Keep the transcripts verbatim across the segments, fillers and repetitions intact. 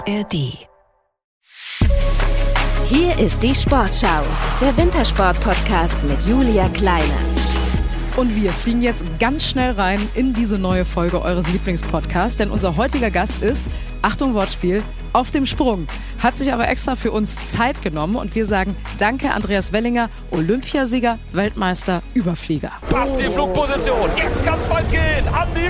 A R D. Hier ist die Sportschau, der Wintersport-Podcast mit Julia Kleine. Und wir fliegen jetzt ganz schnell rein in diese neue Folge eures Lieblingspodcasts, denn unser heutiger Gast ist, Achtung Wortspiel, auf dem Sprung, hat sich aber extra für uns Zeit genommen und wir sagen Danke Andreas Wellinger, Olympiasieger, Weltmeister, Überflieger. Passt die Flugposition, jetzt kann's weit gehen, Andi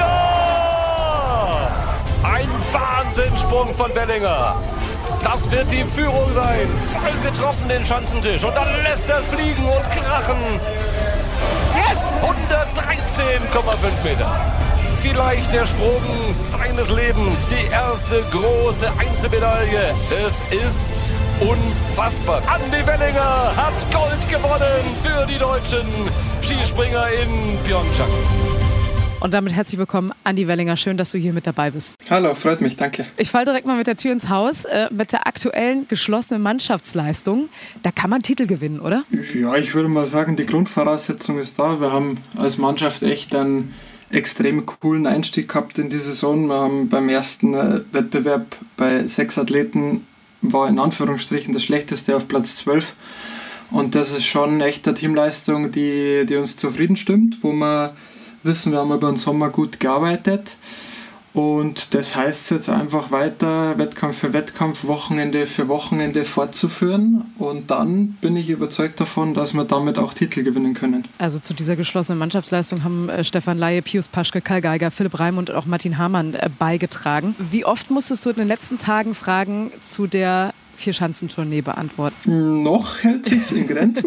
Wellinger! Ein Wahnsinnssprung von Wellinger. Das wird die Führung sein, voll getroffen den Schanzentisch und dann lässt er es fliegen und krachen. Yes! hundertdreizehn Komma fünf Meter. Vielleicht der Sprung seines Lebens, die erste große Einzelmedaille. Es ist unfassbar. Andi Wellinger hat Gold gewonnen für die deutschen Skispringer in Pyeongchang. Und damit herzlich willkommen, Andi Wellinger. Schön, dass du hier mit dabei bist. Hallo, freut mich, danke. Ich falle direkt mal mit der Tür ins Haus, äh, mit der aktuellen geschlossenen Mannschaftsleistung. Da kann man Titel gewinnen, oder? Ja, ich würde mal sagen, die Grundvoraussetzung ist da. Wir haben als Mannschaft echt einen extrem coolen Einstieg gehabt in die Saison. Wir haben beim ersten äh, Wettbewerb bei sechs Athleten, war in Anführungsstrichen das schlechteste auf Platz zwölf. Und das ist schon echt eine Teamleistung, die, die uns zufrieden stimmt, wo wir wissen, wir haben über den Sommer gut gearbeitet und das heißt jetzt einfach weiter Wettkampf für Wettkampf, Wochenende für Wochenende fortzuführen und dann bin ich überzeugt davon, dass wir damit auch Titel gewinnen können. Also zu dieser geschlossenen Mannschaftsleistung haben äh, Stefan Laie, Pius Paschke, Karl Geiger, Philipp Raimund und auch Martin Hamann äh, beigetragen. Wie oft musstest du in den letzten Tagen Fragen zu der Vierschanzentournee beantworten? Noch hält sich's in Grenzen.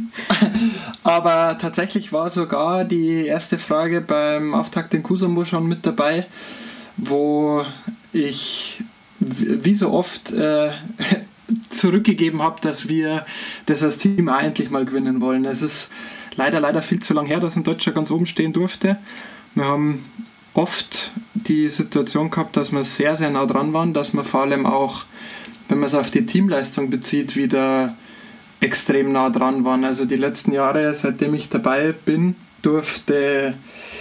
Aber tatsächlich war sogar die erste Frage beim Auftakt in Kuusamo schon mit dabei, wo ich wie so oft äh, zurückgegeben habe, dass wir das als Team auch endlich mal gewinnen wollen. Es ist leider, leider viel zu lang her, dass ein Deutscher ganz oben stehen durfte. Wir haben oft die Situation gehabt, dass wir sehr, sehr nah dran waren, dass wir vor allem auch, wenn man es auf die Teamleistung bezieht, wieder extrem nah dran waren. Also die letzten Jahre, seitdem ich dabei bin, durfte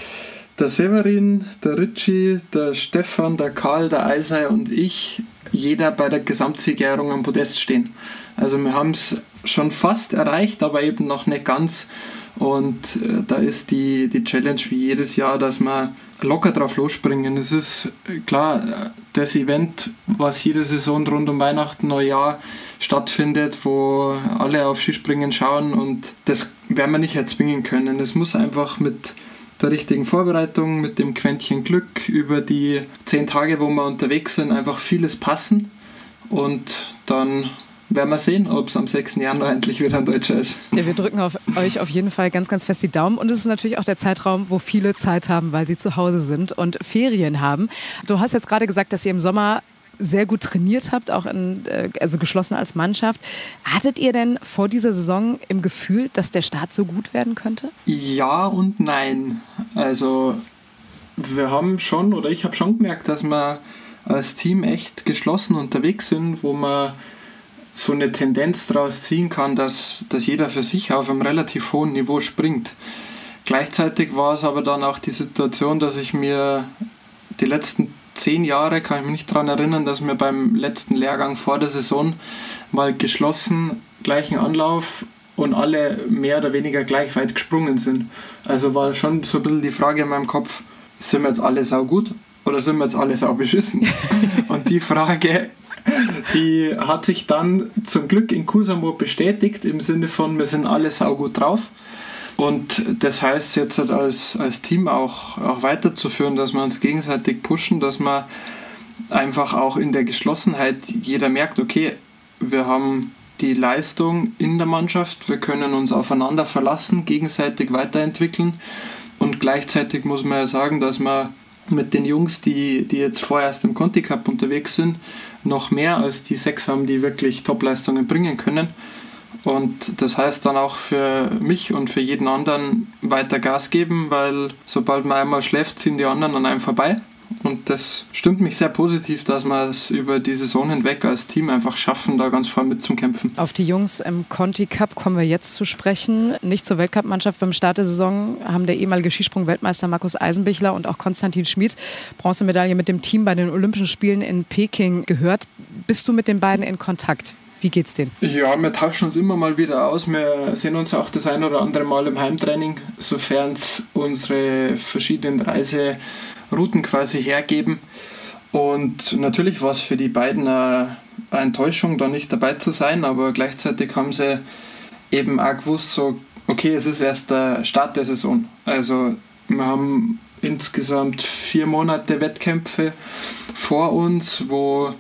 der Severin, der Ritchie, der Stefan, der Karl, der Eisei und ich jeder bei der Gesamtsiegerehrung am Podest stehen. Also wir haben es schon fast erreicht, aber eben noch nicht ganz. Und äh, da ist die, die Challenge wie jedes Jahr, dass wir locker drauf losspringen. Es ist äh, klar, das Event, was jede Saison rund um Weihnachten, Neujahr stattfindet, wo alle auf Skispringen schauen und das werden wir nicht erzwingen können. Es muss einfach mit der richtigen Vorbereitung, mit dem Quäntchen Glück über die zehn Tage, wo wir unterwegs sind, einfach vieles passen und dann werden wir sehen, ob es am sechsten Januar endlich wieder ein Deutscher ist. Ja, wir drücken auf euch auf jeden Fall ganz, ganz fest die Daumen. Und es ist natürlich auch der Zeitraum, wo viele Zeit haben, weil sie zu Hause sind und Ferien haben. Du hast jetzt gerade gesagt, dass ihr im Sommer sehr gut trainiert habt, auch in, also geschlossen als Mannschaft. Hattet ihr denn vor dieser Saison im Gefühl, dass der Start so gut werden könnte? Ja und nein. Also wir haben schon, oder ich habe schon gemerkt, dass wir als Team echt geschlossen unterwegs sind, wo man so eine Tendenz daraus ziehen kann, dass, dass jeder für sich auf einem relativ hohen Niveau springt. Gleichzeitig war es aber dann auch die Situation, dass ich mir die letzten zehn Jahre, kann ich mich nicht daran erinnern, dass wir beim letzten Lehrgang vor der Saison mal geschlossen, gleichen Anlauf und alle mehr oder weniger gleich weit gesprungen sind. Also war schon so ein bisschen die Frage in meinem Kopf, sind wir jetzt alle saugut oder sind wir jetzt alle sau beschissen? Und die Frage, die hat sich dann zum Glück in Kuusamo bestätigt, im Sinne von, wir sind alle saugut drauf. Und das heißt jetzt als, als Team auch, auch weiterzuführen, dass wir uns gegenseitig pushen, dass man einfach auch in der Geschlossenheit jeder merkt, okay, wir haben die Leistung in der Mannschaft, wir können uns aufeinander verlassen, gegenseitig weiterentwickeln und gleichzeitig muss man ja sagen, dass man mit den Jungs, die, die jetzt vorerst im Conti Cup unterwegs sind, noch mehr als die sechs haben, die wirklich Topleistungen bringen können. Und das heißt dann auch für mich und für jeden anderen weiter Gas geben, weil sobald man einmal schläft, ziehen die anderen an einem vorbei. Und das stimmt mich sehr positiv, dass wir es über die Saison hinweg als Team einfach schaffen, da ganz vorne mitzukämpfen. Auf die Jungs im Conti Cup kommen wir jetzt zu sprechen. Nicht zur Weltcup-Mannschaft beim Start der Saison haben der ehemalige Skisprung-Weltmeister Markus Eisenbichler und auch Konstantin Schmid Bronzemedaille mit dem Team bei den Olympischen Spielen in Peking gehört. Bist du mit den beiden in Kontakt? Wie geht's denen? Ja, wir tauschen uns immer mal wieder aus. Wir sehen uns auch das ein oder andere Mal im Heimtraining, sofern es unsere verschiedenen Reiserouten quasi hergeben. Und natürlich war es für die beiden eine Enttäuschung, da nicht dabei zu sein, aber gleichzeitig haben sie eben auch gewusst, so, okay, es ist erst der Start der Saison. Also wir haben insgesamt vier Monate Wettkämpfe vor uns, wo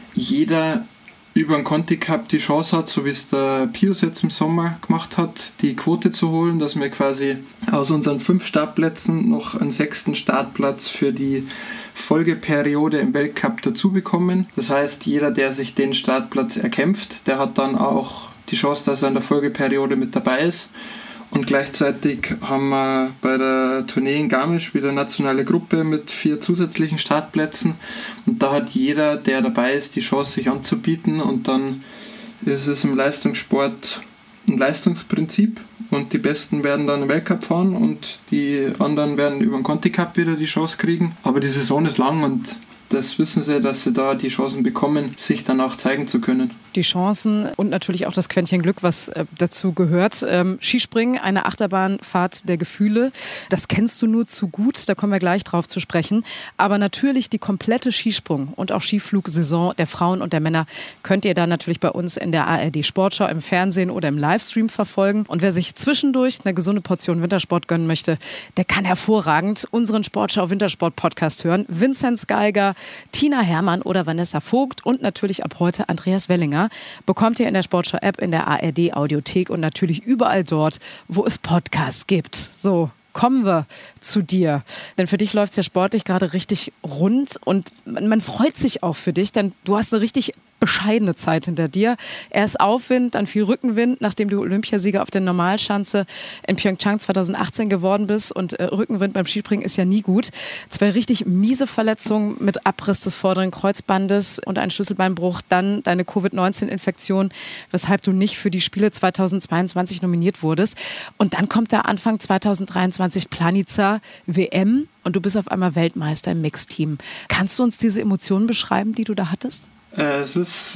jeder über den Conti Cup die Chance hat, so wie es der Pius jetzt im Sommer gemacht hat, die Quote zu holen, dass wir quasi aus unseren fünf Startplätzen noch einen sechsten Startplatz für die Folgeperiode im Weltcup dazu bekommen. Das heißt, jeder, der sich den Startplatz erkämpft, der hat dann auch die Chance, dass er in der Folgeperiode mit dabei ist. Und gleichzeitig haben wir bei der Tournee in Garmisch wieder eine nationale Gruppe mit vier zusätzlichen Startplätzen. Und da hat jeder, der dabei ist, die Chance, sich anzubieten. Und dann ist es im Leistungssport ein Leistungsprinzip. Und die Besten werden dann im Weltcup fahren und die anderen werden über den Conti Cup wieder die Chance kriegen. Aber die Saison ist lang und das wissen sie, dass sie da die Chancen bekommen, sich dann auch zeigen zu können. Die Chancen und natürlich auch das Quäntchen Glück, was äh, dazu gehört. Ähm, Skispringen, eine Achterbahnfahrt der Gefühle, das kennst du nur zu gut, da kommen wir gleich drauf zu sprechen. Aber natürlich die komplette Skisprung- und auch Skiflugsaison der Frauen und der Männer könnt ihr dann natürlich bei uns in der A R D Sportschau im Fernsehen oder im Livestream verfolgen. Und wer sich zwischendurch eine gesunde Portion Wintersport gönnen möchte, der kann hervorragend unseren Sportschau Wintersport Podcast hören. Vinzenz Geiger, Tina Herrmann oder Vanessa Vogt und natürlich ab heute Andreas Wellinger bekommt ihr in der Sportschau-App, in der A R D-Audiothek und natürlich überall dort, wo es Podcasts gibt. So, kommen wir zu dir. Denn für dich läuft es ja sportlich gerade richtig rund und man freut sich auch für dich, denn du hast eine richtig bescheidene Zeit hinter dir. Erst Aufwind, dann viel Rückenwind, nachdem du Olympiasieger auf der Normalschanze in Pyeongchang zweitausendachtzehn geworden bist. Und äh, Rückenwind beim Skispringen ist ja nie gut. Zwei richtig miese Verletzungen mit Abriss des vorderen Kreuzbandes und ein Schlüsselbeinbruch. Dann deine Covid neunzehn Infektion, weshalb du nicht für die Spiele zweitausendzweiundzwanzig nominiert wurdest. Und dann kommt da Anfang zweitausenddreiundzwanzig Planica W M und du bist auf einmal Weltmeister im Mixteam. Kannst du uns diese Emotionen beschreiben, die du da hattest? Es ist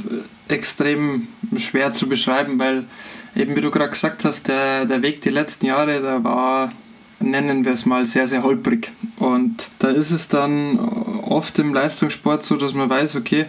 extrem schwer zu beschreiben, weil eben wie du gerade gesagt hast, der, der Weg die letzten Jahre, der war, nennen wir es mal, sehr, sehr holprig. Und da ist es dann oft im Leistungssport so, dass man weiß, okay,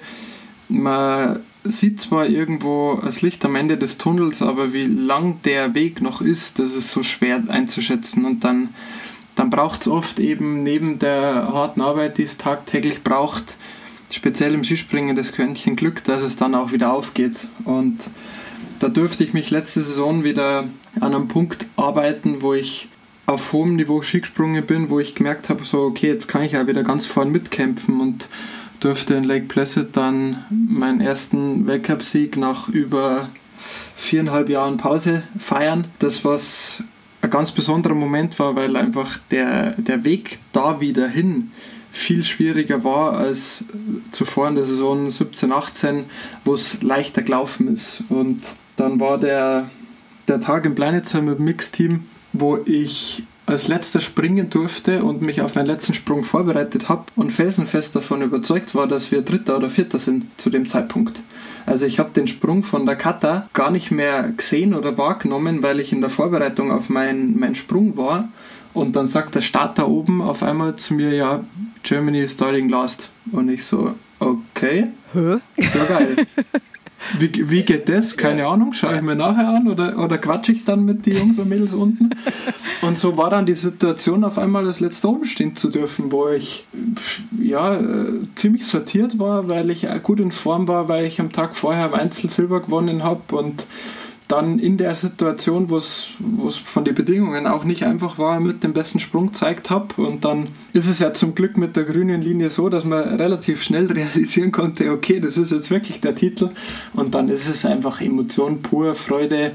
man sieht zwar irgendwo das Licht am Ende des Tunnels, aber wie lang der Weg noch ist, das ist so schwer einzuschätzen. Und dann, dann braucht es oft eben neben der harten Arbeit, die es tagtäglich braucht, speziell im Skispringen das Quäntchen Glück, dass es dann auch wieder aufgeht. Und da dürfte ich mich letzte Saison wieder an einem Punkt arbeiten, wo ich auf hohem Niveau Ski gesprungen bin, wo ich gemerkt habe, so okay, jetzt kann ich ja wieder ganz vorn mitkämpfen und durfte in Lake Placid dann meinen ersten Weltcup-Sieg nach über viereinhalb Jahren Pause feiern. Das, was ein ganz besonderer Moment war, weil einfach der, der Weg da wieder hin viel schwieriger war als zuvor in der Saison siebzehn achtzehn, wo es leichter gelaufen ist. Und dann war der, der Tag in Pleinitzer mit dem Mixteam, wo ich als letzter springen durfte und mich auf meinen letzten Sprung vorbereitet habe und felsenfest davon überzeugt war, dass wir Dritter oder Vierter sind zu dem Zeitpunkt. Also ich habe den Sprung von der Kata gar nicht mehr gesehen oder wahrgenommen, weil ich in der Vorbereitung auf meinen, meinen Sprung war. Und dann sagt der Starter oben auf einmal zu mir, ja, Germany is starting last. Und ich so, okay, Hä? ja geil. Wie, wie geht das? Keine Ahnung, schaue ich mir nachher an oder, oder quatsche ich dann mit den Jungs und Mädels unten. Und so war dann die Situation, auf einmal als letzter oben stehen zu dürfen, wo ich ja, ziemlich sortiert war, weil ich gut in Form war, weil ich am Tag vorher im Einzel Silber gewonnen habe und dann in der Situation, wo es von den Bedingungen auch nicht einfach war, mit dem besten Sprung gezeigt habe. Und dann ist es ja zum Glück mit der grünen Linie so, dass man relativ schnell realisieren konnte, okay, das ist jetzt wirklich der Titel. Und dann ist es einfach Emotion pur, Freude,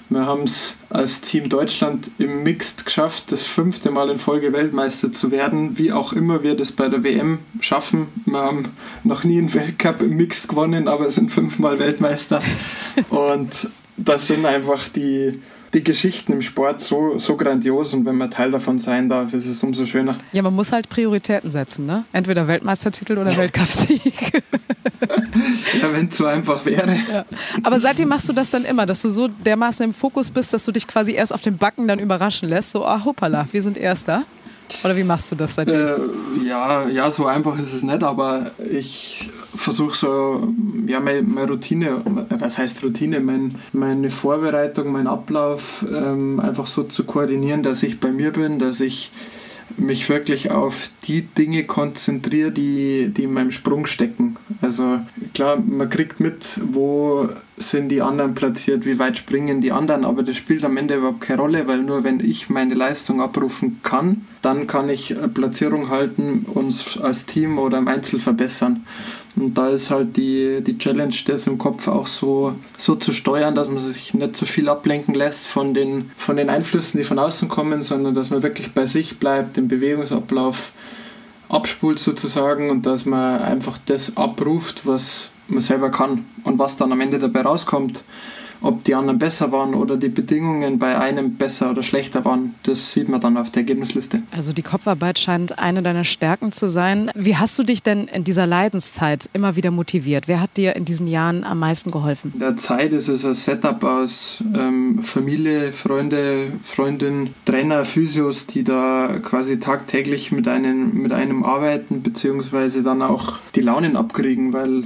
Wir haben es als Team Deutschland im Mixed geschafft, das fünfte Mal in Folge Weltmeister zu werden. Wie auch immer wir das bei der W M schaffen. Wir haben noch nie einen Weltcup im Mixed gewonnen, aber sind fünfmal Weltmeister. Und das sind einfach die... die Geschichten im Sport so, so grandios, und wenn man Teil davon sein darf, ist es umso schöner. Ja, man muss halt Prioritäten setzen, ne? Entweder Weltmeistertitel oder Weltcupsieg. Ja, wenn es so einfach wäre. Ja. Aber seitdem machst du das dann immer, dass du so dermaßen im Fokus bist, dass du dich quasi erst auf den Backen dann überraschen lässt, so, ah, hoppala, wir sind Erster? Oder wie machst du das seitdem? Äh, ja, ja, so einfach ist es nicht, aber ich versuche so, ja, meine, meine Routine, was heißt Routine, mein, meine Vorbereitung, mein Ablauf ähm, einfach so zu koordinieren, dass ich bei mir bin, dass ich mich wirklich auf die Dinge konzentriere, die, die in meinem Sprung stecken. Also klar, man kriegt mit, wo sind die anderen platziert, wie weit springen die anderen, aber das spielt am Ende überhaupt keine Rolle, weil nur wenn ich meine Leistung abrufen kann, dann kann ich eine Platzierung halten, uns als Team oder im Einzel verbessern. Und da ist halt die, die Challenge, das im Kopf auch so, so zu steuern, dass man sich nicht zu viel ablenken lässt von den, von den Einflüssen, die von außen kommen, sondern dass man wirklich bei sich bleibt, den Bewegungsablauf abspult sozusagen, und dass man einfach das abruft, was man selber kann. Und was dann am Ende dabei rauskommt, ob die anderen besser waren oder die Bedingungen bei einem besser oder schlechter waren, das sieht man dann auf der Ergebnisliste. Also die Kopfarbeit scheint eine deiner Stärken zu sein. Wie hast du dich denn in dieser Leidenszeit immer wieder motiviert? Wer hat dir in diesen Jahren am meisten geholfen? In der Zeit ist es ein Setup aus ähm, Familie, Freunde, Freundin, Trainer, Physios, die da quasi tagtäglich mit einem, mit einem arbeiten, beziehungsweise dann auch die Launen abkriegen, weil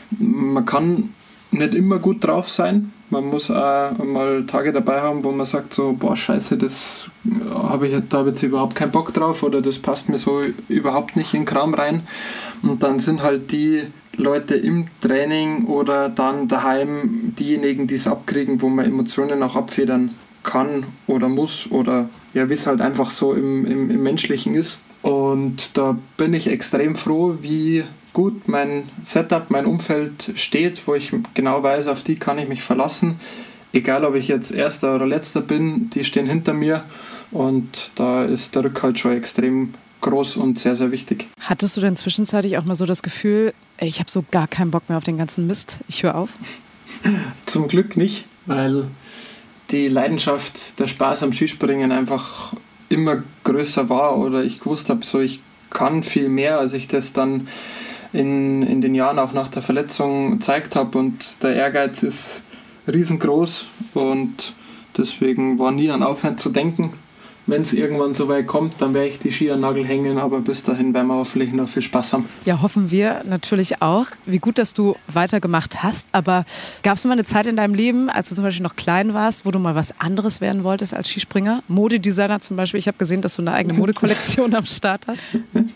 man kann nicht immer gut drauf sein. Man muss auch mal Tage dabei haben, wo man sagt so, boah, scheiße, das habe ich, da habe ich jetzt überhaupt keinen Bock drauf oder das passt mir so überhaupt nicht in den Kram rein. Und dann sind halt die Leute im Training oder dann daheim diejenigen, die es abkriegen, wo man Emotionen auch abfedern kann oder muss oder ja, wie es halt einfach so im, im, im Menschlichen ist. Und da bin ich extrem froh, wie gut mein Setup, mein Umfeld steht, wo ich genau weiß, auf die kann ich mich verlassen. Egal, ob ich jetzt Erster oder Letzter bin, die stehen hinter mir, und da ist der Rückhalt schon extrem groß und sehr, sehr wichtig. Hattest du denn zwischenzeitlich auch mal so das Gefühl, ey, ich habe so gar keinen Bock mehr auf den ganzen Mist, ich höre auf? Zum Glück nicht, weil die Leidenschaft, der Spaß am Skispringen einfach immer größer war, oder ich gewusst habe, so ich kann viel mehr, als ich das dann in, in den Jahren auch nach der Verletzung gezeigt habe, und der Ehrgeiz ist riesengroß, und deswegen war nie an Aufhören zu denken. Wenn es irgendwann so weit kommt, dann werde ich die Ski an den Nagel hängen, aber bis dahin werden wir hoffentlich noch viel Spaß haben. Ja, hoffen wir natürlich auch. Wie gut, dass du weitergemacht hast, aber gab es mal eine Zeit in deinem Leben, als du zum Beispiel noch klein warst, wo du mal was anderes werden wolltest als Skispringer? Modedesigner zum Beispiel, ich habe gesehen, dass du eine eigene Modekollektion am Start hast.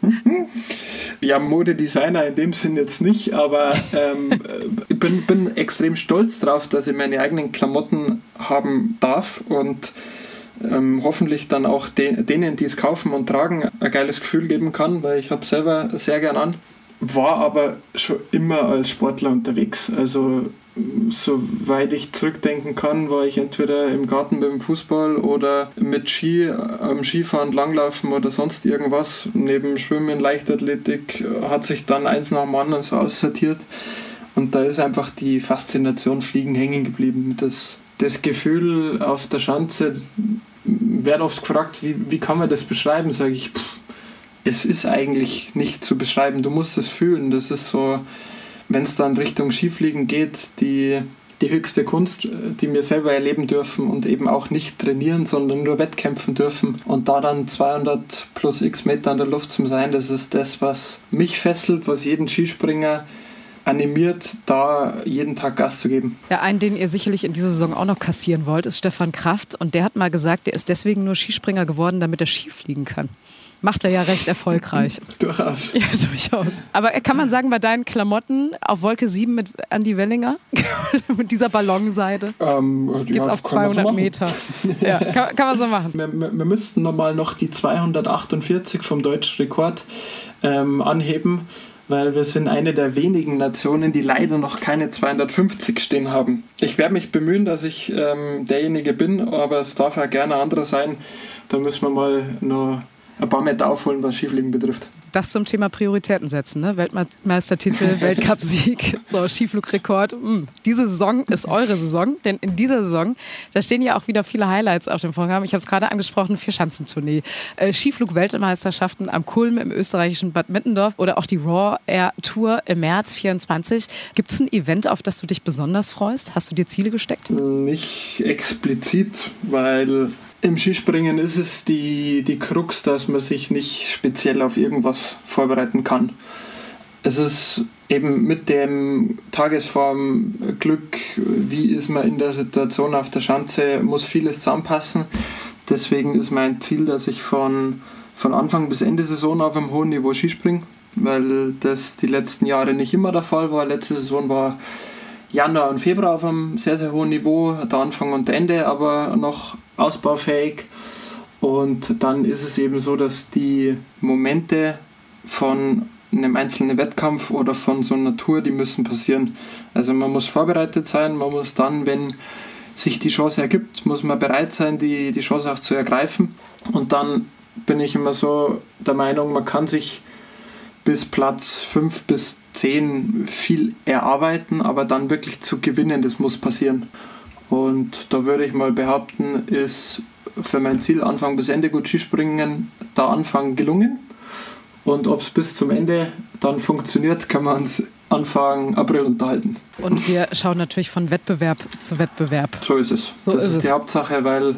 Ja, Modedesigner in dem Sinn jetzt nicht, aber ähm, ich bin, bin extrem stolz drauf, dass ich meine eigenen Klamotten haben darf und ähm, hoffentlich dann auch de- denen, die es kaufen und tragen, ein geiles Gefühl geben kann, weil ich habe selber sehr gern an. War aber schon immer als Sportler unterwegs, also soweit ich zurückdenken kann, war ich entweder im Garten mit dem Fußball oder mit Ski, am Skifahren, Langlaufen oder sonst irgendwas. Neben Schwimmen, Leichtathletik hat sich dann eins nach dem anderen so aussortiert. Und da ist einfach die Faszination Fliegen hängen geblieben. Das, das Gefühl auf der Schanze, wird oft gefragt, wie, wie kann man das beschreiben? Sage ich, pff, es ist eigentlich nicht zu beschreiben, du musst es fühlen. Das ist so, wenn es dann Richtung Skifliegen geht, die, die höchste Kunst, die wir selber erleben dürfen und eben auch nicht trainieren, sondern nur wettkämpfen dürfen. Und da dann zweihundert plus x Meter in der Luft zu sein, das ist das, was mich fesselt, was jeden Skispringer animiert, da jeden Tag Gas zu geben. Ja, einen, den ihr sicherlich in dieser Saison auch noch kassieren wollt, ist Stefan Kraft. Und der hat mal gesagt, der ist deswegen nur Skispringer geworden, damit er Ski fliegen kann. Macht er ja recht erfolgreich. Durchaus. Ja, durchaus. Aber kann man sagen, bei deinen Klamotten auf Wolke sieben mit Andi Wellinger, mit dieser Ballonseide, ähm, geht's ja, auf zweihundert Meter. Ja, kann, kann man so machen. Wir, wir, wir müssten nochmal noch die zweihundertachtundvierzig vom deutschen Rekord ähm, anheben, weil wir sind eine der wenigen Nationen, die leider noch keine zweihundertfünfzig stehen haben. Ich werde mich bemühen, dass ich ähm, derjenige bin, aber es darf auch gerne ein anderer sein. Da müssen wir mal noch ein paar Meter aufholen, was Skifliegen betrifft. Das zum Thema Prioritäten setzen, ne? Weltmeistertitel, Weltcupsieg, so Skiflugrekord. Mm. Diese Saison ist eure Saison, denn in dieser Saison, da stehen ja auch wieder viele Highlights auf dem Programm. Ich habe es gerade angesprochen, Vierschanzentournee, äh, Skiflug-Weltmeisterschaften am Kulm im österreichischen Bad Mittendorf oder auch die Raw Air Tour im März vierundzwanzig. Gibt es ein Event, auf das du dich besonders freust? Hast du dir Ziele gesteckt? Nicht explizit, weil im Skispringen ist es die, die Krux, dass man sich nicht speziell auf irgendwas vorbereiten kann. Es ist eben mit dem Tagesformglück, wie ist man in der Situation auf der Schanze, muss vieles zusammenpassen. Deswegen ist mein Ziel, dass ich von, von Anfang bis Ende Saison auf einem hohen Niveau Skispringe, weil das die letzten Jahre nicht immer der Fall war. Letzte Saison war Januar und Februar auf einem sehr, sehr hohen Niveau, der Anfang und Ende aber noch ausbaufähig. Und dann ist es eben so, dass die Momente von einem einzelnen Wettkampf oder von so einer Tour, die müssen passieren. Also man muss vorbereitet sein, man muss dann, wenn sich die Chance ergibt, muss man bereit sein, die, die Chance auch zu ergreifen. Und dann bin ich immer so der Meinung, man kann sich bis Platz fünf bis zehn viel erarbeiten, aber dann wirklich zu gewinnen, das muss passieren. Und da würde ich mal behaupten, ist für mein Ziel Anfang bis Ende gut Skispringen der Anfang gelungen. Und ob es bis zum Ende dann funktioniert, kann man uns Anfang April unterhalten. Und wir schauen natürlich von Wettbewerb zu Wettbewerb. So ist es. So das ist ist es. die Hauptsache, weil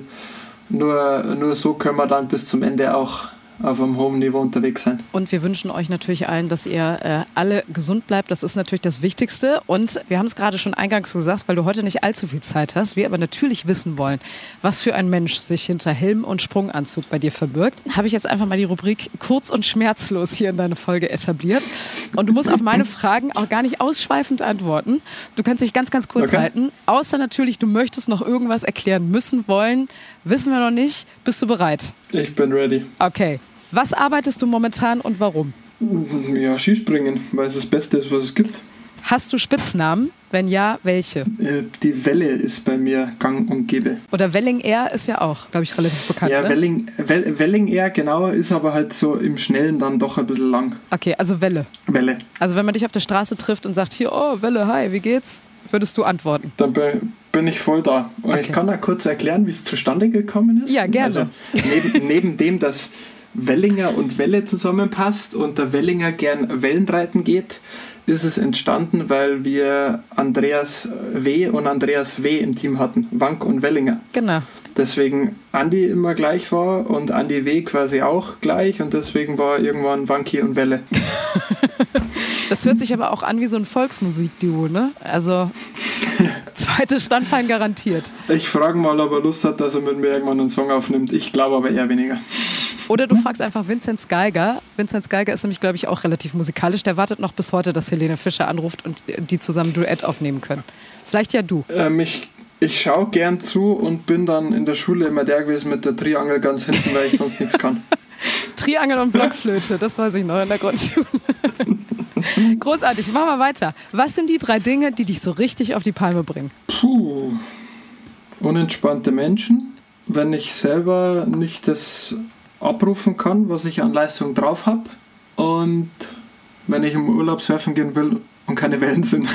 nur, nur so können wir dann bis zum Ende auch auf einem hohen Niveau unterwegs sein. Und wir wünschen euch natürlich allen, dass ihr äh, alle gesund bleibt. Das ist natürlich das Wichtigste. Und wir haben es gerade schon eingangs gesagt, weil du heute nicht allzu viel Zeit hast. Wir aber natürlich wissen wollen, was für ein Mensch sich hinter Helm und Sprunganzug bei dir verbirgt. Habe ich jetzt einfach mal die Rubrik kurz und schmerzlos hier in deine Folge etabliert. Und du musst auf meine Fragen auch gar nicht ausschweifend antworten. Du kannst dich ganz, ganz kurz okay. halten. Außer natürlich, du möchtest noch irgendwas erklären müssen, wollen. Wissen wir noch nicht. Bist du bereit? Ich bin ready. Okay. Was arbeitest du momentan und warum? Ja, Skispringen, weil es das Beste ist, was es gibt. Hast du Spitznamen? Wenn ja, welche? Die Welle ist bei mir gang und gäbe. Oder Welling Air ist ja auch, glaube ich, relativ bekannt. Ja, ne? Welling, Wel, Welling Air, genau, ist aber halt so im Schnellen dann doch ein bisschen lang. Okay, also Welle. Welle. Also wenn man dich auf der Straße trifft und sagt, hier, oh, Welle, hi, wie geht's? Würdest du antworten? Dann bin ich voll da. Und Okay. ich kann da kurz erklären, wie es zustande gekommen ist. Ja, gerne. Also neben, neben dem, dass Wellinger und Welle zusammenpasst und der Wellinger gern Wellenreiten geht, ist es entstanden, weil wir Andreas W. und Andreas W. im Team hatten, Wank und Wellinger. Genau. Deswegen Andi immer gleich war und Andi W. quasi auch gleich und deswegen war irgendwann Wanki und Welle. Das hört sich aber auch an wie so ein Volksmusikduo, ne? Also zweites Standbein garantiert. Ich frage mal, ob er Lust hat, dass er mit mir irgendwann einen Song aufnimmt. Ich glaube aber eher weniger. Oder du fragst einfach Vinzenz Geiger. Vinzenz Geiger ist nämlich, glaube ich, auch relativ musikalisch. Der wartet noch bis heute, dass Helene Fischer anruft und die zusammen Duett aufnehmen können. Vielleicht ja du. Ähm, ich ich schaue gern zu und bin dann in der Schule immer der gewesen mit der Triangel ganz hinten, weil ich sonst nichts kann. Triangel und Blockflöte, das weiß ich noch in der Grundschule. Großartig, machen wir weiter. Was sind die drei Dinge, die dich so richtig auf die Palme bringen? Puh. Unentspannte Menschen. Wenn ich selber nicht das abrufen kann, was ich an Leistung drauf habe. Und wenn ich im Urlaub surfen gehen will und keine Wellen sind.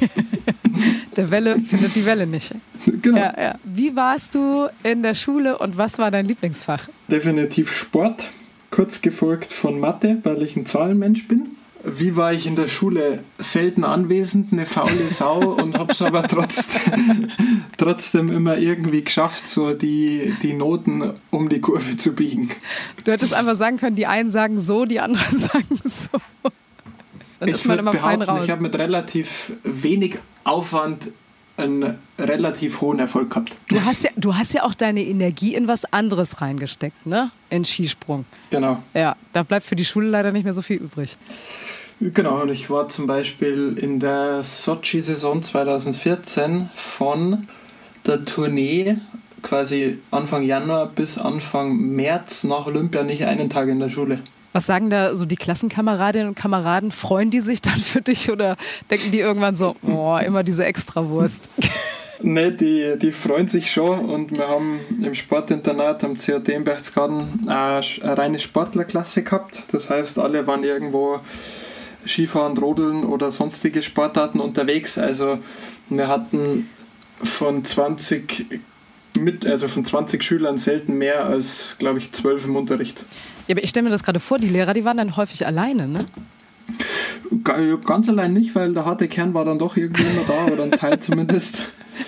Der Welle findet die Welle nicht. Genau. Ja, ja. Wie warst du in der Schule und was war dein Lieblingsfach? Definitiv Sport, kurz gefolgt von Mathe, weil ich ein Zahlenmensch bin. Wie war ich in der Schule? Selten anwesend, eine faule Sau und habe es aber trotzdem, trotzdem immer irgendwie geschafft, so die, die Noten um die Kurve zu biegen. Du hättest einfach sagen können, die einen sagen so, die anderen sagen so. Dann Ich ist man würd immer fein behaupten, raus. Ich habe mit relativ wenig Aufwand einen relativ hohen Erfolg gehabt. Du hast, ja, du hast ja auch deine Energie in was anderes reingesteckt, ne? In Skisprung. Genau. Ja, da bleibt für die Schule leider nicht mehr so viel übrig. Genau, und ich war zum Beispiel in der Sochi-Saison zwanzig vierzehn von der Tournee quasi Anfang Januar bis Anfang März nach Olympia nicht einen Tag in der Schule. Was sagen da so die Klassenkameradinnen und Kameraden? Freuen die sich dann für dich oder denken die irgendwann so, oh, immer diese Extrawurst? Ne, die, die freuen sich schon und wir haben im Sportinternat am C A D in Berchtesgaden eine reine Sportlerklasse gehabt. Das heißt, alle waren irgendwo Skifahren, Rodeln oder sonstige Sportarten unterwegs. Also wir hatten von zwanzig mit, also von zwanzig Schülern selten mehr als, glaube ich, zwölf im Unterricht. Ja, aber ich stelle mir das gerade vor, die Lehrer, die waren dann häufig alleine, ne? Ganz allein nicht, weil der harte Kern war dann doch irgendwie immer da, oder ein Teil zumindest.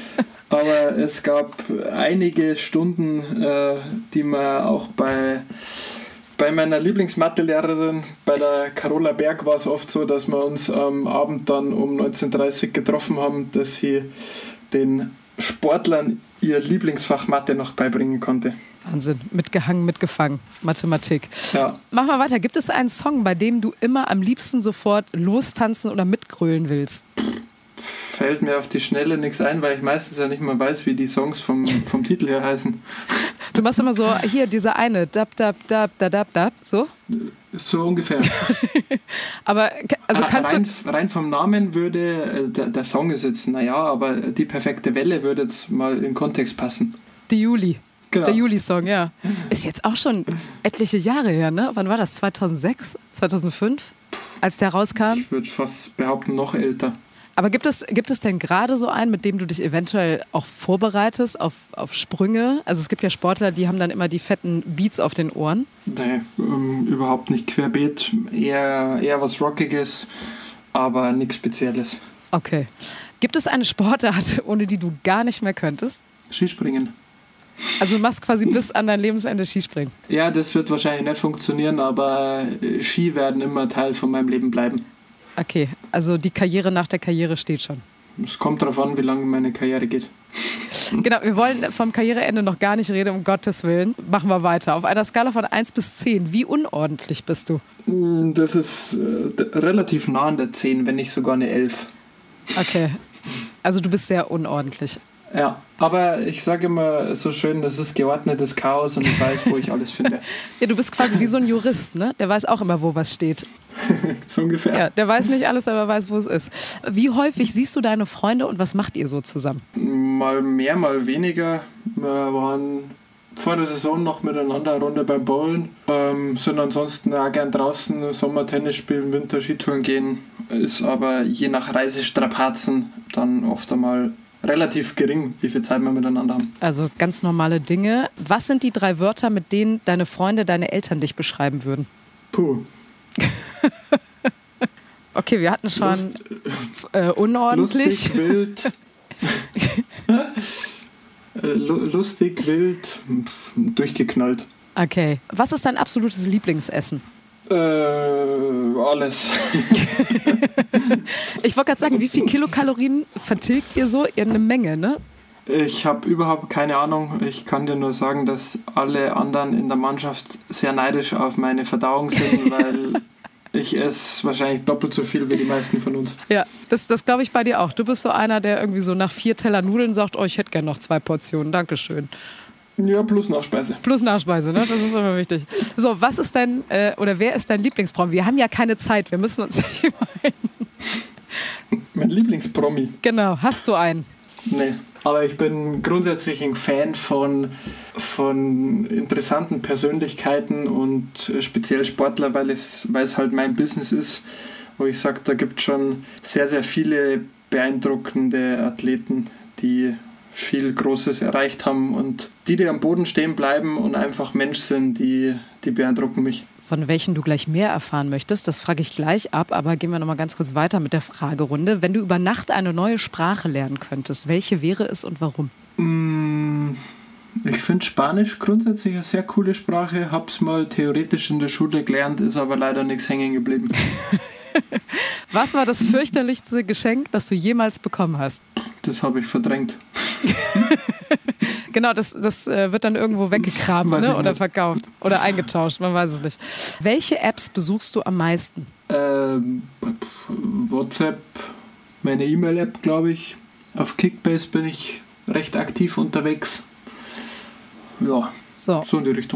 Aber es gab einige Stunden, äh, die man auch bei, bei meiner Lieblingsmathelehrerin, bei der Carola Berg, war es oft so, dass wir uns am Abend dann um neunzehn Uhr dreißig getroffen haben, dass sie den Sportlern ihr Lieblingsfach Mathe noch beibringen konnte. Wahnsinn, mitgehangen, mitgefangen, Mathematik. Ja. Mach mal weiter, gibt es einen Song, bei dem du immer am liebsten sofort lostanzen oder mitgrölen willst? Fällt mir auf die Schnelle nichts ein, weil ich meistens ja nicht mal weiß, wie die Songs vom, vom Titel her heißen. Du machst immer so, hier, dieser eine, dab, dab, dab, dab, dab, dab, so? So ungefähr. Aber also kannst rein, du... rein vom Namen würde, der, der Song ist jetzt, naja, aber die perfekte Welle würde jetzt mal in Kontext passen. Die Juli. Genau. Der Juli-Song, ja. Ist jetzt auch schon etliche Jahre her, ne? Wann war das? zweitausendsechs? zweitausendfünf? Als der rauskam? Ich würde fast behaupten, noch älter. Aber gibt es, gibt es denn gerade so einen, mit dem du dich eventuell auch vorbereitest auf, auf Sprünge? Also es gibt ja Sportler, die haben dann immer die fetten Beats auf den Ohren. Nee, ähm, überhaupt nicht querbeet. Eher, eher was Rockiges, aber nichts Spezielles. Okay. Gibt es eine Sportart, ohne die du gar nicht mehr könntest? Skispringen. Also du machst quasi bis an dein Lebensende Skispringen? Ja, das wird wahrscheinlich nicht funktionieren, aber Ski werden immer Teil von meinem Leben bleiben. Okay, also die Karriere nach der Karriere steht schon. Es kommt darauf an, wie lange meine Karriere geht. Genau, wir wollen vom Karriereende noch gar nicht reden, um Gottes Willen. Machen wir weiter. Auf einer Skala von eins bis zehn, wie unordentlich bist du? Das ist äh, relativ nah an der zehn, wenn nicht sogar eine elf. Okay, also du bist sehr unordentlich. Ja, aber ich sage immer so schön, das ist geordnetes Chaos und ich weiß, wo ich alles finde. Ja, du bist quasi wie so ein Jurist, ne? Der weiß auch immer, wo was steht. So ungefähr. Ja, der weiß nicht alles, aber weiß, wo es ist. Wie häufig siehst du deine Freunde und was macht ihr so zusammen? Mal mehr, mal weniger. Wir waren vor der Saison noch miteinander eine Runde beim Bowlen, ähm, sind ansonsten auch gern draußen, Sommer Tennis spielen, Winter Skitouren gehen. Ist aber je nach Reisestrapazen dann oft einmal relativ gering, wie viel Zeit wir miteinander haben. Also ganz normale Dinge. Was sind die drei Wörter, mit denen deine Freunde, deine Eltern dich beschreiben würden? Puh. Okay, wir hatten schon Lust, äh, unordentlich. Lustig, wild. Lustig, wild, durchgeknallt. Okay. Was ist dein absolutes Lieblingsessen? Äh, alles. Ich wollte gerade sagen, wie viel Kilokalorien vertilgt ihr so? Ihr eine Menge, ne? Ich habe überhaupt keine Ahnung. Ich kann dir nur sagen, dass alle anderen in der Mannschaft sehr neidisch auf meine Verdauung sind, weil ich esse wahrscheinlich doppelt so viel wie die meisten von uns. Ja, das, das glaube ich bei dir auch. Du bist so einer, der irgendwie so nach vier Teller Nudeln sagt, oh, ich hätte gerne noch zwei Portionen, Dankeschön. Ja, plus Nachspeise. Plus Nachspeise, ne? Das ist immer wichtig. So, was ist dein, äh, oder wer ist dein Lieblingspromi? Wir haben ja keine Zeit, wir müssen uns nicht überhalten. Mein Lieblingspromi? Genau, hast du einen? Nee, aber ich bin grundsätzlich ein Fan von, von interessanten Persönlichkeiten und speziell Sportler, weil es, weil es halt mein Business ist, wo ich sage, da gibt es schon sehr, sehr viele beeindruckende Athleten, die viel Großes erreicht haben und die, die am Boden stehen bleiben und einfach Mensch sind, die, die beeindrucken mich. Von welchen du gleich mehr erfahren möchtest, das frage ich gleich ab, aber gehen wir noch mal ganz kurz weiter mit der Fragerunde. Wenn du über Nacht eine neue Sprache lernen könntest, welche wäre es und warum? Ich finde Spanisch grundsätzlich eine sehr coole Sprache, hab's mal theoretisch in der Schule gelernt, ist aber leider nichts hängen geblieben. Was war das fürchterlichste Geschenk, das du jemals bekommen hast? Das habe ich verdrängt. Genau, das, das wird dann irgendwo weggekramt, ne? Oder verkauft oder eingetauscht, man weiß es nicht. Welche Apps besuchst du am meisten? Ähm, WhatsApp, meine E-Mail-App, glaube ich. Auf Kickbase bin ich recht aktiv unterwegs. Ja, so, so in die Richtung.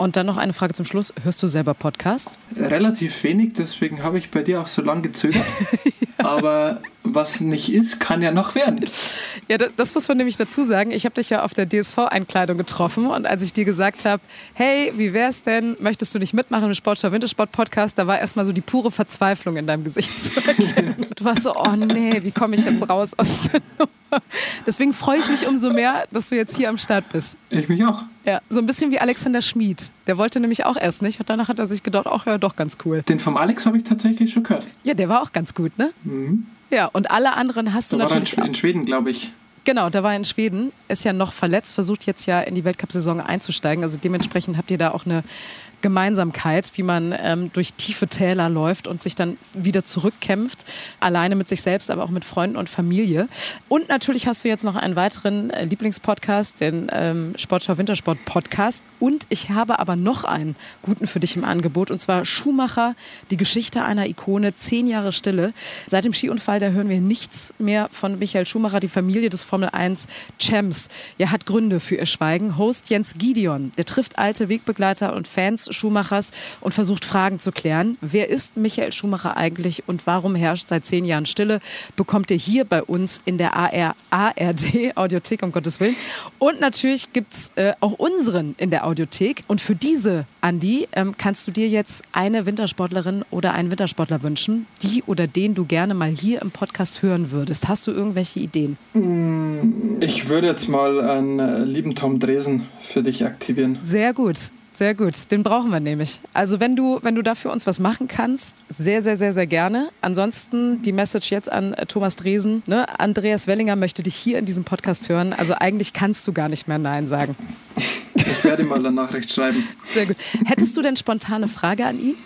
Und dann noch eine Frage zum Schluss. Hörst du selber Podcasts? Relativ wenig, deswegen habe ich bei dir auch so lange gezögert. Ja. Aber was nicht ist, kann ja noch werden. Ja, das, das muss man nämlich dazu sagen. Ich habe dich ja auf der D S V-Einkleidung getroffen und als ich dir gesagt habe, hey, wie wär's denn, möchtest du nicht mitmachen im Sportschau Wintersport-Podcast, da war erstmal so die pure Verzweiflung in deinem Gesicht zu erkennen. Du warst so, oh nee, wie komme ich jetzt raus aus der Nummer? Deswegen freue ich mich umso mehr, dass du jetzt hier am Start bist. Ich mich auch. Ja, so ein bisschen wie Alexander Schmid. Der wollte nämlich auch erst nicht und danach hat er sich gedacht, ach ja, doch ganz cool. Den vom Alex habe ich tatsächlich schon gehört. Ja, der war auch ganz gut, ne? Mhm. Ja, und alle anderen hast du da natürlich war in, in Schweden, glaube ich. Genau, da war er in Schweden, ist ja noch verletzt, versucht jetzt ja in die Weltcup-Saison einzusteigen. Also dementsprechend habt ihr da auch eine Gemeinsamkeit, wie man ähm, durch tiefe Täler läuft und sich dann wieder zurückkämpft, alleine mit sich selbst, aber auch mit Freunden und Familie. Und natürlich hast du jetzt noch einen weiteren äh, Lieblingspodcast, den ähm, Sportschau Wintersport Podcast. Und ich habe aber noch einen guten für dich im Angebot, und zwar Schumacher, die Geschichte einer Ikone, zehn Jahre Stille. Seit dem Skiunfall, da hören wir nichts mehr von Michael Schumacher, die Familie des Formel eins Champs. Ja, hat Gründe für ihr Schweigen. Host Jens Gideon, der trifft alte Wegbegleiter und Fans Schumachers und versucht Fragen zu klären. Wer ist Michael Schumacher eigentlich und warum herrscht seit zehn Jahren Stille? Bekommt ihr hier bei uns in der A R D Audiothek, um Gottes Willen. Und natürlich gibt es äh, auch unseren in der Audiothek. Und für diese, Andi, ähm, kannst du dir jetzt eine Wintersportlerin oder einen Wintersportler wünschen, die oder den du gerne mal hier im Podcast hören würdest. Hast du irgendwelche Ideen? Ich würde jetzt mal einen äh, lieben Tom Dresen für dich aktivieren. Sehr gut. Sehr gut, den brauchen wir nämlich. Also wenn du, wenn du da für uns was machen kannst, sehr, sehr, sehr, sehr gerne. Ansonsten die Message jetzt an äh, Thomas Dresen. Ne? Andreas Wellinger möchte dich hier in diesem Podcast hören. Also eigentlich kannst du gar nicht mehr Nein sagen. Ich werde mal eine Nachricht schreiben. Sehr gut. Hättest du denn spontane Frage an ihn?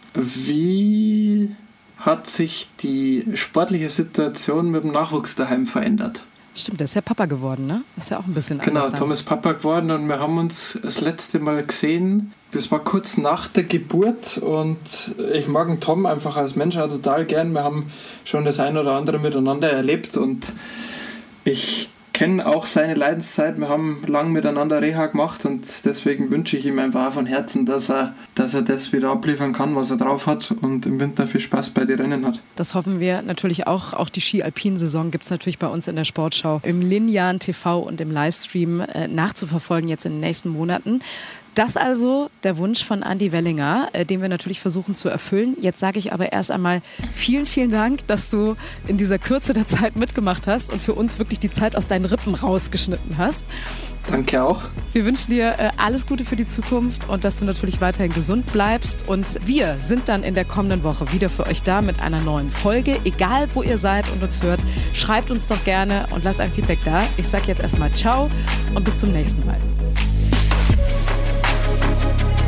Wie hat sich die sportliche Situation mit dem Nachwuchs daheim verändert? Stimmt, der ist ja Papa geworden, ne? Ist ja auch ein bisschen anders. Genau, Tom ist Papa geworden und wir haben uns das letzte Mal gesehen. Das war kurz nach der Geburt und ich mag den Tom einfach als Mensch auch total gern. Wir haben schon das ein oder andere miteinander erlebt und ich kenne auch seine Leidenszeit. Wir haben lang miteinander Reha gemacht und deswegen wünsche ich ihm einfach auch von Herzen, dass er, dass er das wieder abliefern kann, was er drauf hat und im Winter viel Spaß bei den Rennen hat. Das hoffen wir natürlich auch. Auch die Ski-Alpin-Saison gibt es natürlich bei uns in der Sportschau im linearen T V und im Livestream äh, nachzuverfolgen jetzt in den nächsten Monaten. Das also der Wunsch von Andi Wellinger, äh, den wir natürlich versuchen zu erfüllen. Jetzt sage ich aber erst einmal vielen, vielen Dank, dass du in dieser Kürze der Zeit mitgemacht hast und für uns wirklich die Zeit aus deinen Rippen rausgeschnitten hast. Danke auch. Wir wünschen dir äh, alles Gute für die Zukunft und dass du natürlich weiterhin gesund bleibst. Und wir sind dann in der kommenden Woche wieder für euch da mit einer neuen Folge. Egal, wo ihr seid und uns hört, schreibt uns doch gerne und lasst ein Feedback da. Ich sage jetzt erstmal ciao und bis zum nächsten Mal.